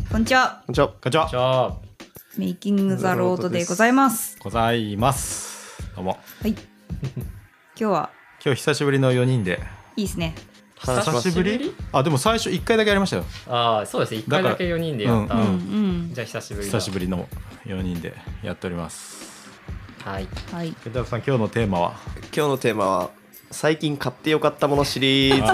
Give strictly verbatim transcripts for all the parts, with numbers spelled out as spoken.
こんにちは。 こんにちは。 こんにちは。 じゃあメイキングザロードでございます。 ございます。どうも。 はい。今日は今日久しぶりのよにんで。 いいですね。 久しぶり？あ、でも最初いっかいだけやりましたよ。 ああ、そうですね。いっかいだけよにんでやった。うんうん、じゃあ久しぶりだ。 久しぶりのよにんでやっております。 はい。 はい。 ケンタロウさん、今日のテーマは？ 今日のテーマは最近買ってよかったものシリーズ。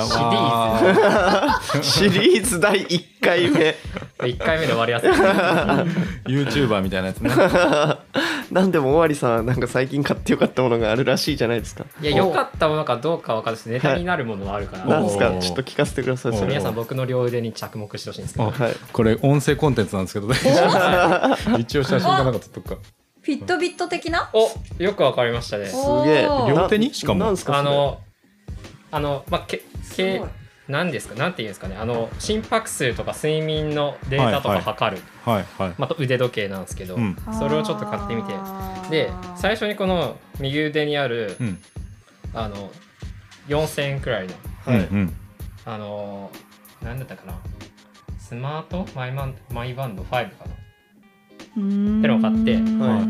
シリーズ。シリーズだいいっかいめ。 いっかいめで終わりやすい。 YouTuber みたいなやつね。 なんでも尾張さんなんか最近買ってよかったものがあるらしいじゃないですか。 いや、良かったものかどうかわかんないです。ネタになるものはあるから。 なんですか。ちょっと聞かせてください。 皆さん僕の両腕に着目してほしいんですけど。 はい。これ音声コンテンツなんですけどね。一応写真かなんか撮っとくか。 フィットビット的な？ お、よくわかりましたね。 すげえ。 両手にしかも。 なんですか。 あのあのまあけけなんですか、なんていうんですかね、あの心拍数とか睡眠のデータとか測る、 はいはい、 また腕時計なんですけど、うん、それをちょっと買ってみて、で最初にこの右腕にある、うん、あのよんせんえんくらいの、 はい、 あのなんだったかな、スマートマイマンマイバンドファイブかなってのを買って、はい、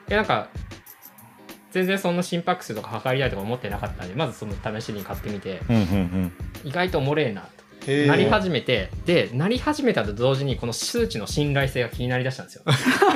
でなんか全然そんな心拍数とか測りたいとか思ってなかったんで、まずその試しに買ってみて、 うんうんうん、 意外とおもれえなとなり始めて、でなり始めたと同時にこの数値の信頼性が気になりだしたんですよ。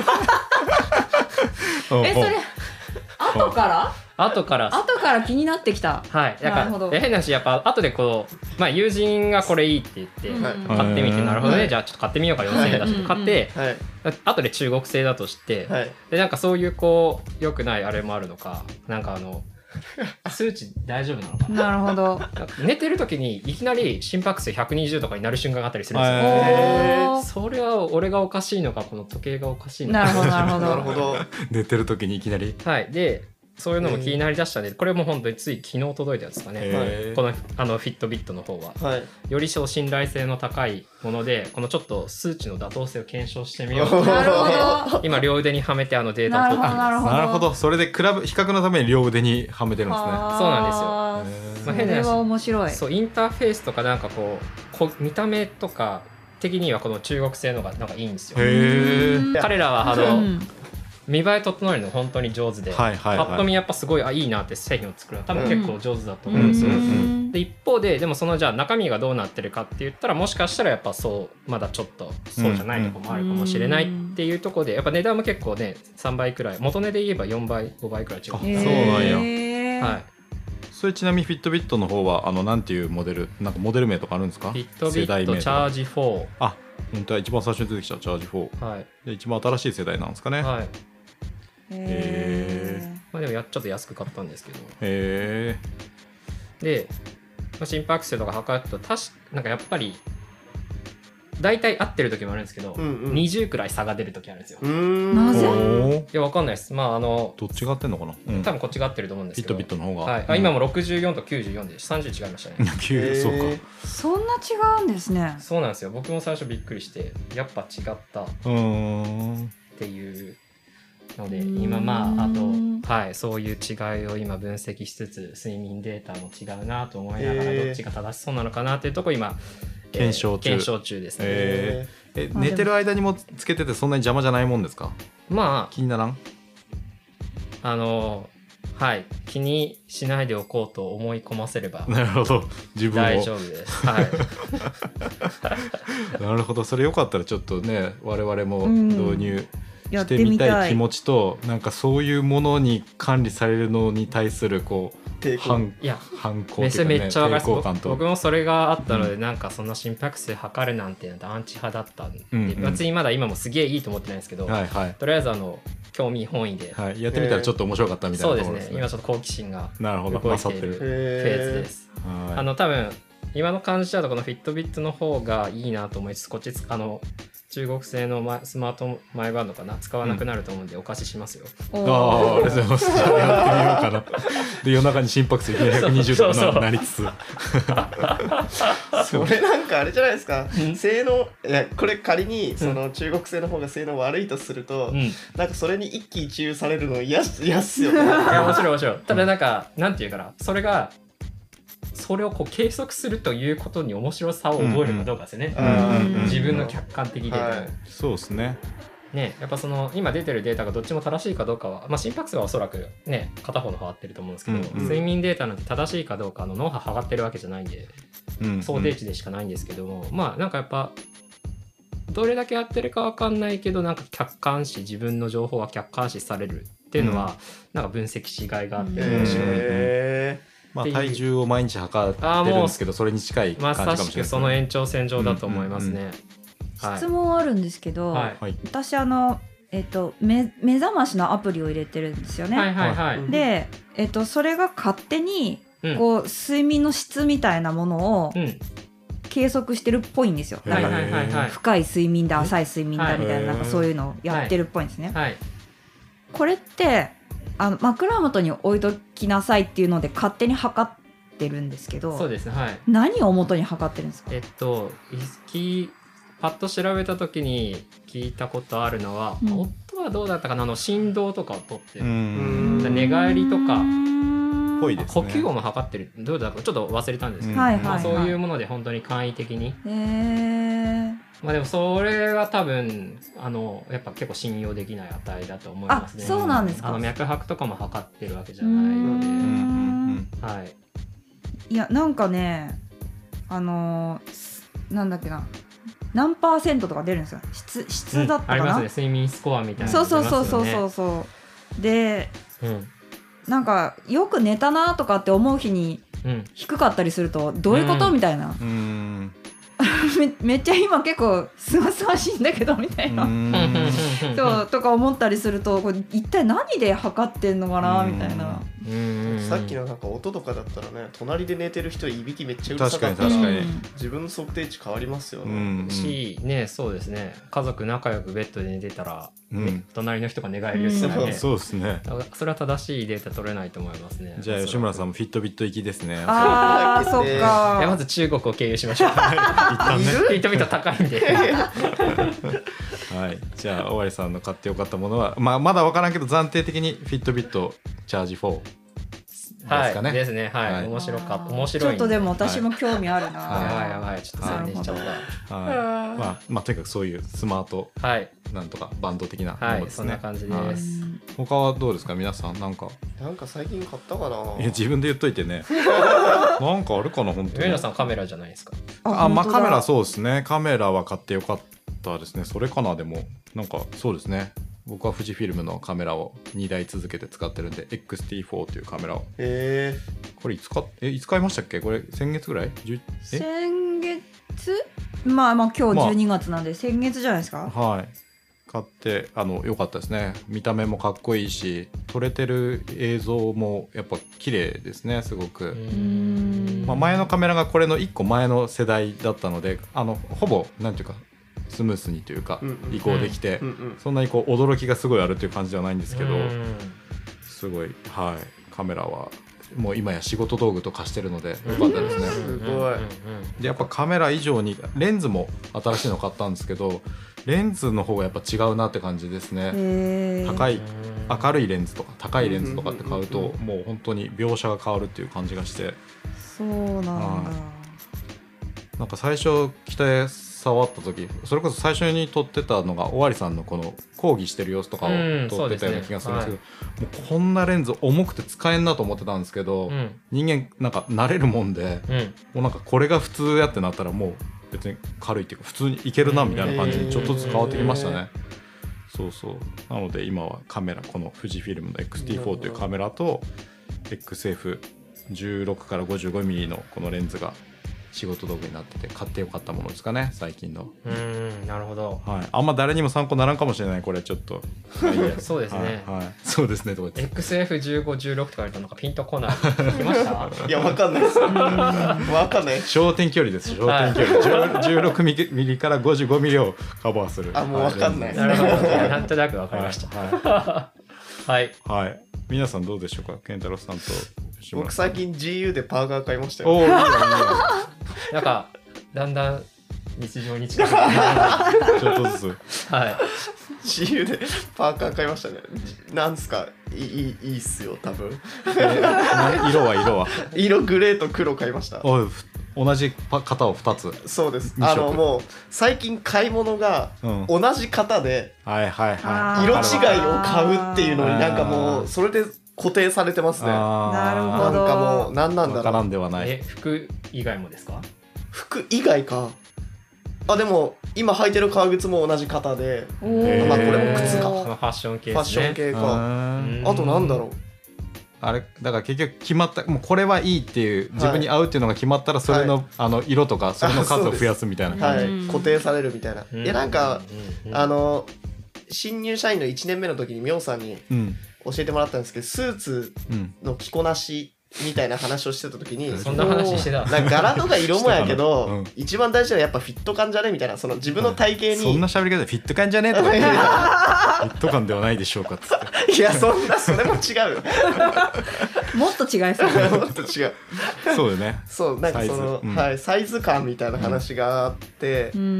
え、それ後から後から後から気になってきた。 はい。だから変な話、やっぱ後でこう、まあ友人がこれいいって言って買ってみて、なるほどね、じゃあちょっと買ってみようかよんせんえんだし買って、後で中国製だとして、でなんかそういうこう良くないあれもあるのか、なんかあの数値大丈夫なのかな。 なるほど。 寝てる時にいきなり心拍数ひゃくにじゅうとかになる瞬間があったりするんですよ。それは俺がおかしいのか、この時計がおかしいのか。 なるほどなるほど。 なるほど。 寝てる時にいきなり。 はい。でそういうのも気になりだしたんで、これも本当につい昨日届いたやつですかね、このあのフィットビットの方は、はい、より信頼性の高いもので、このちょっと数値の妥当性を検証してみようとなるほど。 今両腕にはめてあのデータを取ってます。 なるほど。それで比べ比較のために両腕にはめてるんですね。 そうなんですよ。 まあ、変な話、それは面白い。 そう、インターフェースとかなんかこうこ見た目とか的にはこの中国製のがなんかいいんですよ。 へ彼らはあの、うん見栄え整えるの本当に上手で、はいはいはい、パッと見やっぱすごいあいいなって製品を作るの多分結構上手だと思うんですよ、うんうんうん、で一方ででもそのじゃあ中身がどうなってるかって言ったら、もしかしたらやっぱそうまだちょっとそうじゃないところもあるかもしれないっていうところで、やっぱ値段も結構ねさんばいくらい、元値で言えばよんばいごばいくらい違う。 あ、そうなんや。 はい。 それちなみにフィットビットの方はあのなんていうモデル、なんかモデル名とかあるんですか？ フィットビットチャージフォー。 あ、本当は一番最初に出てきたチャージフォー、はい、で一番新しい世代なんですかね。 はい。 へー、 まあ、でもやちょっと安く買ったんですけど、 へーで、まあ、心拍数とか測ると確かなんかやっぱり大体合ってる時もあるんですけど、うんうん、にじゅうくらい差が出る時あるんですよ。 なぜ？ いや分かんないです。まああのどっちが合ってんのかな、 うん、多分こっちが合ってると思うんですけど、 フィットビットの方が、 はい、うん、あ今もろくじゅうよんときゅうじゅうよんでさんじゅう違いましたね。 そうか、 そんな違うんですね。 そうなんですよ。僕も最初びっくりしてやっぱ違ったっていうので、今まああと、はい、そういう違いを今分析しつつ、睡眠データも違うなと思いながらどっちが正しそうなのかなっていうところ今検証中、 検証中ですね。 えー、え寝てる間にもつけててそんなに邪魔じゃないもんですか？ まあ気にならん？ あのはい気にしないでおこうと思い込ませればなるほど自分を大丈夫です。はいなるほど。それよかったらちょっとね我々も導入してみたい気持ちと、なんかそういうものに管理されるのに対するこう反いや反抗というか、ね、 めっちゃ分かります。 抵抗感と僕もそれがあったので、うん、なんかそんな心拍数測るなんてアンチ派だったんで、うんうん、別にまだ今もすげえいいと思ってないんですけど、はいはい、とりあえずあの興味本位で、 はい、やってみたらちょっと面白かったみたいなところですね。 そうですね。今ちょっと好奇心がなるほど動いているフェーズです。あの多分今の感じだとこのフィットビットの方がいいなと思いつつ、こっちあの中国製のスマートマイバンドかな使わなくなると思うんでお貸ししますよ。 うん、ああありがとうございます。やってみようかな。で夜中に心拍数ひゃくにじゅうとか な, なりつつそれなんかあれじゃないですか、性能いやこれ仮にその中国製の方が性能悪いとすると、うん、なんかそれに一喜一憂されるの嫌っすよね。いや面白い面白い。ただなんかなんていうかな、それがそれをこう計測するということに面白さを覚えるかどうかですよね、 うんうん、 自分の客観的データ、はい、 そうですねね、やっぱその今出てるデータがどっちも正しいかどうかは、まあ、心拍数はおそらくね片方の方合ってると思うんですけど、うんうん、睡眠データなんて正しいかどうかの脳波測ってるわけじゃないんで、うんうん、想定値でしかないんですけども、まあなんかやっぱどれだけ合ってるか分かんないけどなんか客観視自分の情報が客観視されるっていうのは、うん、なんか分析しがいがあって面白い、 えーまあ、体重を毎日測ってるんですけどそれに近い感じかもしれないですね。 まさしくその延長線上だと思いますね、うんうんうん質問あるんですけど、はい、私あの、えっと、目, 目覚ましのアプリを入れてるんですよね、 はいはいはい、 で、えっと、それが勝手にこう、うん、睡眠の質みたいなものを計測してるっぽいんですよ、うん、なんか、はいはいはい、深い睡眠だ浅い睡眠だみたいな、なんかそういうのをやってるっぽいんですね、はいはい、これってあの枕元に置いときなさいっていうので勝手に測ってるんですけど、 そうですね、はい、 何を元に測ってるんですか？ えっとパッと調べた時に聞いたことあるのは、うん、夫はどうだったかな、あの振動とかを取ってる、寝返りとかぽいですね、 呼吸音も測ってる、どうだったかちょっと忘れたんですけど、まあ、そういうもので本当に簡易的に、 へー、 まあ、でもそれが多分あのやっぱ結構信用できない値だと思いますね。 あ、そうなんですか。 あの脈拍とかも測ってるわけじゃないので、はい、 いやなんかねあのー、なんだっけな何パーセントとか出るんですよ。質、質だったかな、うん、ありますね、睡眠スコアみたいな、 そうそうそうそうそうそうで、うん、なんかよく寝たなとかって思う日に低かったりするとどういうこと、うん、みたいな、うん、め, めっちゃ今結構すがすがしいんだけどみたいなそうとか思ったりするとこれ一体何で測ってんのかなみたいな。 うん、さっきのなんか音とかだったらね、隣で寝てる人いびきめっちゃうるさかったら自分の測定値変わりますよね、うんうん、 しね、そうですね、家族仲良くベッドで寝てたら、うん、隣の人が寝返りをするので、うん、 そうですね、 それは正しいデータ取れないと思いますね。 じゃあ吉村さんもフィットビット行きですね。 ああそっか。 まず中国を経由しましょう一旦ねフィットビット高いんではい、じゃあ尾張さんの買ってよかったものは、まあ、まだ分からんけど暫定的にフィットビットチャージフォーですかね。 はい、ですね、はい、はい、面白かった、面白い。 ちょっとでも私も興味あるな。 はい、やばいやばい、ちょっと宣伝しちゃった。はい、 まあ、まあ、とにかくそういうスマート、はい、なんとかバンド的なものですね。はい、そんな感じです。 他はどうですか、皆さん、なんか。 なんか最近買ったかな。 いや、自分で言っといてね。なんかあるかな、本当に。 上野さんカメラじゃないですか。 あ、あまあ、カメラそうですね。カメラは買ってよかったですね。それかな、でも、なんかそうですね。僕は富士フィルムのカメラをにだい続けて使ってるんで エックスティーフォー というカメラを。 へえ。 これいつかえいつ買いましたっけ？これ先月ぐらい？ 先月？まあまあ今日じゅうにがつなんで、まあ、先月じゃないですか。 はい。買ってあの良かったですね。見た目もかっこいいし、撮れてる映像もやっぱ綺麗ですね、すごく。うーん、まあ、前のカメラがこれのいっこまえの世代だったので、あのほぼなんていうか。スムースにというか移行できて、うんうん、そんなにこう驚きがすごいあるという感じではないんですけど、すごい、はい、カメラはもう今や仕事道具と化してるのでよかったですね。 すごい。 でやっぱカメラ以上にレンズも新しいの買ったんですけど、レンズの方がやっぱ違うなって感じですね。高い明るいレンズとか高いレンズとかって買うともう本当に描写が変わるっていう感じがして、 そうなんだ。 なんか最初来て触った時、それこそ最初に撮ってたのが尾張さんのこの講義してる様子とかを撮ってたような気がするんですけど、うん、ね、はい、もうこんなレンズ重くて使えんなと思ってたんですけど、うん、人間なんか慣れるもんで、うん、もうなんかこれが普通やってなったらもう別に軽いっていうか普通にいけるなみたいな感じにちょっとずつ変わってきましたね。そうそう。なので今はカメラ、この富士フィルムの エックスティーフォー というカメラと エックスエフじゅうろく から ごじゅうごミリ のこのレンズが仕事道具になってて買ってよかったものですかね、最近の。 うーん、なるほど、 はい、あんま誰にも参考にならんかもしれない、これちょっとそうですね、 はいはい、そうですねとかエックスエフじゅうご、じゅうろく とか言われたらなんかピンとこない。聞きました？ いや、わかんないです。わかんない。 焦点距離です。焦点距離、じゅうろくミリから ごじゅうごミリ をカバーする。 あ、もうわかんない。 なるほど、なんとなくわかりました。はいはい、 はい、皆さんどうでしょうか、健太郎さんと。 僕最近 ジーユー でパーカー買いましたよ。おー、いいよいいよ。 なんかだんだん日常に近くなるちょっとずつ、 はい、 ジーユー でパーカー買いましたね。 なんすかいいいいっすよ多分。 色は色は色グレーと黒買いました。 お同じ型をふたつ。 そうです。あのもう最近買い物が同じ型で色違いを買うっていうのになんかもうそれで固定されてますね。 なるほど。 なんかもう何なんだろう。 わからんではない。 え服以外もですか？ 服以外か。あでも今履いてる革靴も同じ型で、まあこれも靴か。 ファッション系ですね。 ファッション系か。あとなんだろう。 あれだから結局決まったもうこれはいいっていう自分に合うっていうのが決まったらそれの、はい、あの色とかそれの数を増やすみたいな感じ、 はい、固定されるみたいな。いやなんかあの新入社員のいちねんめの時にみょうさんに教えてもらったんですけど、スーツの着こなしみたいな話をしてた時に、 そんな話してた。 なんか柄とか色もやけど、うん、一番大事なのはやっぱフィット感じゃねみたいな、その自分の体型に、 そんな喋り方でフィット感じゃねとか言ってフィット感ではないでしょうかっつって。 いやそんなそれも違うよ。 もっと違いそうもっと違う。 そうよね。 そうなんかそのサイズ、うん、はい、サイズ感みたいな話があって、うん、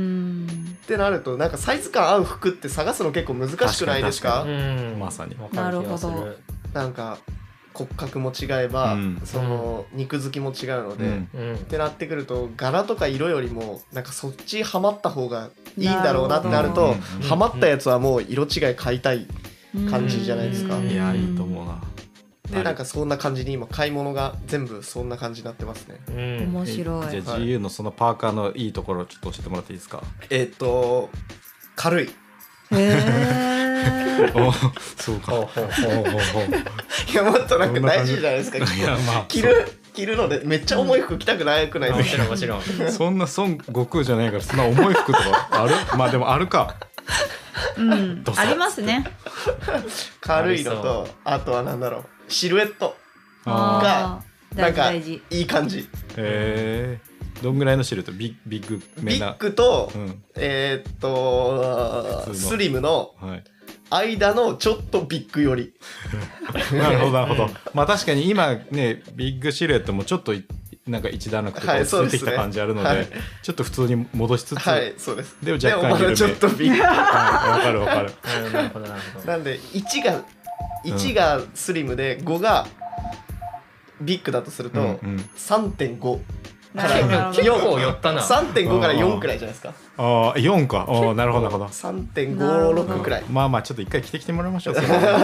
ってなるとなんかサイズ感合う服って探すの結構難しくないですか？ うん、まさに。 なるほど。 なんか骨格も違えば、うん、その肉付きも違うので、うん、ってなってくると柄とか色よりもなんかそっちハマった方がいいんだろうなってなると、ハマったやつはもう色違い買いたい感じじゃないですか。 いやいいと思うな。 でなんかそんな感じに今買い物が全部そんな感じになってますね。 うん、面白い。 じゃあ ジーユー のそのパーカーのいいところをちょっと教えてもらっていいですか？ えー、っと軽い。 へーおそうか。 いやもっとなんか大事じゃないですか。いや、まあ、着る着るのでめっちゃ重い服着たくないくないですか？ もちろんもちろん。 そんな孫悟空じゃないからそんな重い服とかある？まあでもあるか。 うん、ありますね。 軽いのと あ, あとはなんだろうシルエットがなんかいい感じ。 へー。どんぐらいのシルエット？ビッビッグめなビッグと、うん、えー、っとスリムの間のちょっとビッグより。 なるほどなるほど。まあ確かに今ねビッグシルエットもちょっとなんか一段落とかついてきた感じあるので、はい、ちょっと普通に戻しつつ、 はいそうです。 でも若干緩め。 ちょっとビッグ。 はいわかるわかる。 なるほどなるほど。 なんでいちがいちがスリムでごがビッグだとすると、うんうん、さんてんご。 結構寄ったな。 さんてんご からよんくらいじゃないですか。 ああよんか。ああなるほどなるほど。 さんてんごろく くらい。 まあまあちょっと一回着てきてもらいましょう。そうっすね。そうっ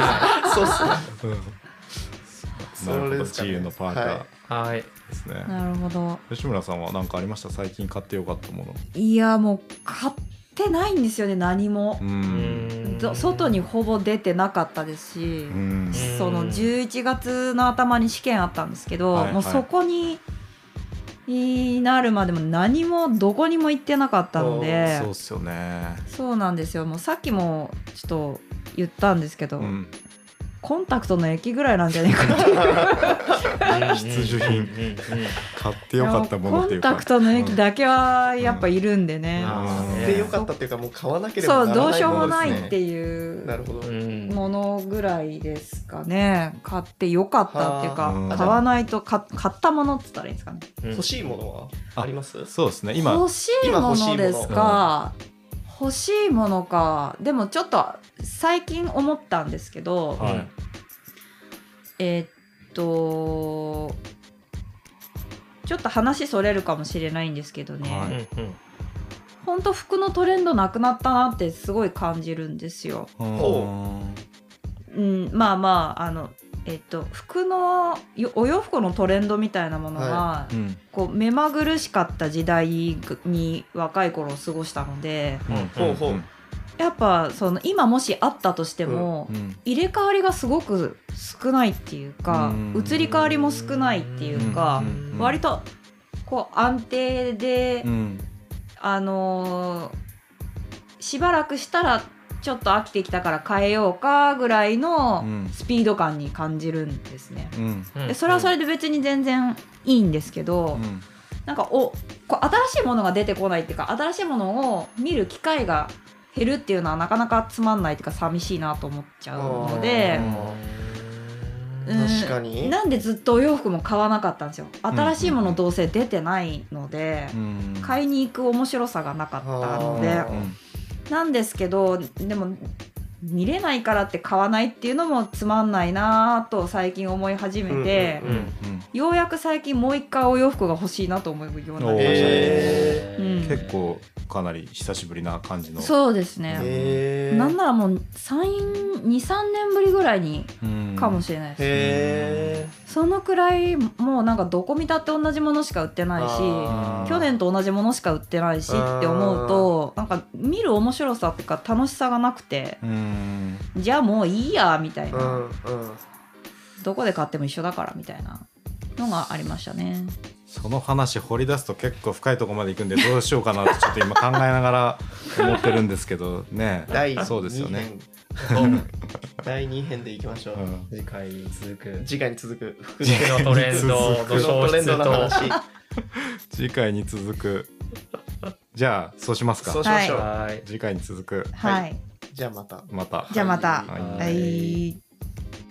すね。なるほど。ジーユーのパーカー。はい。 ですね。 なるほど。 吉村さんは何かありました？最近買ってよかったもの。 いやもう買ってないんですよね何も。うん外にほぼ出てなかったですし、そのじゅういちがつの頭に試験あったんですけど、はいはい、もうそこにになるまでも何もどこにも行ってなかったので。 そうっすよね。 そうなんですよ。もうさっきもちょっと言ったんですけど、うん、コンタクトの液ぐらいなんじゃないかって必需品買ってよかったものっていうかコンタクトの液だけはやっぱいるんでね、 うん、でよかったっていうかもう買わなければならないそうどうしようもないっていうものぐらいですかね。買ってよかったっていうか、うん、買わないと買ったものって言ったらいいんですかね、 うん、欲しいものはあります？ そうですね。今欲しいものですか、うん、欲しいものか。でもちょっと最近思ったんですけど、はい、えー、っとちょっと話それるかもしれないんですけどね、はい、ほんと服のトレンドなくなったなってすごい感じるんですよ。うん、まあまああのえっと服のお洋服のトレンドみたいなものが、はいうん、こう目まぐるしかった時代に若い頃を過ごしたので、うんうんうん、やっぱその今もしあったとしても、うんうん、入れ替わりがすごく少ないっていうか、うん、移り変わりも少ないっていうか、うん、割とこう安定で、うん、あのー、しばらくしたらちょっと飽きてきたから変えようかぐらいのスピード感に感じるんですね、うん、でそれはそれで別に全然いいんですけど、うん、なんかおこう新しいものが出てこないっていうか新しいものを見る機会が減るっていうのはなかなかつまんないっていうか寂しいなと思っちゃうので、うん、 確かになんでずっとお洋服も買わなかったんですよ。新しいものどうせ出てないので、うん、買いに行く面白さがなかったので、なんですけどでも見れないからって買わないっていうのもつまんないなと最近思い始めて、うんうんうん、ようやく最近もう一回お洋服が欲しいなと思うようになりましたね、うん、 結構かなり久しぶりな感じの。 そうですね、なんならもうにさんねんぶりぐらいにかもしれないです、へそのくらいもうなんかどこ見たって同じものしか売ってないし去年と同じものしか売ってないしって思うとなんか見る面白さっていうか楽しさがなくて、うんじゃあもういいやみたいな、うんうん、どこで買っても一緒だからみたいなのがありましたね。 その話掘り出すと結構深いところまで行くんでどうしようかなってちょっと今考えながら思ってるんですけどねそうですよねだいに編でいきましょう、うん、 次回に続く次回に続く服のトレンドの消失と次回に続くじゃあそうしますか。 そうしましょう、 はい、次回に続くはい、 じゃあまたまたじゃあまたはい、はい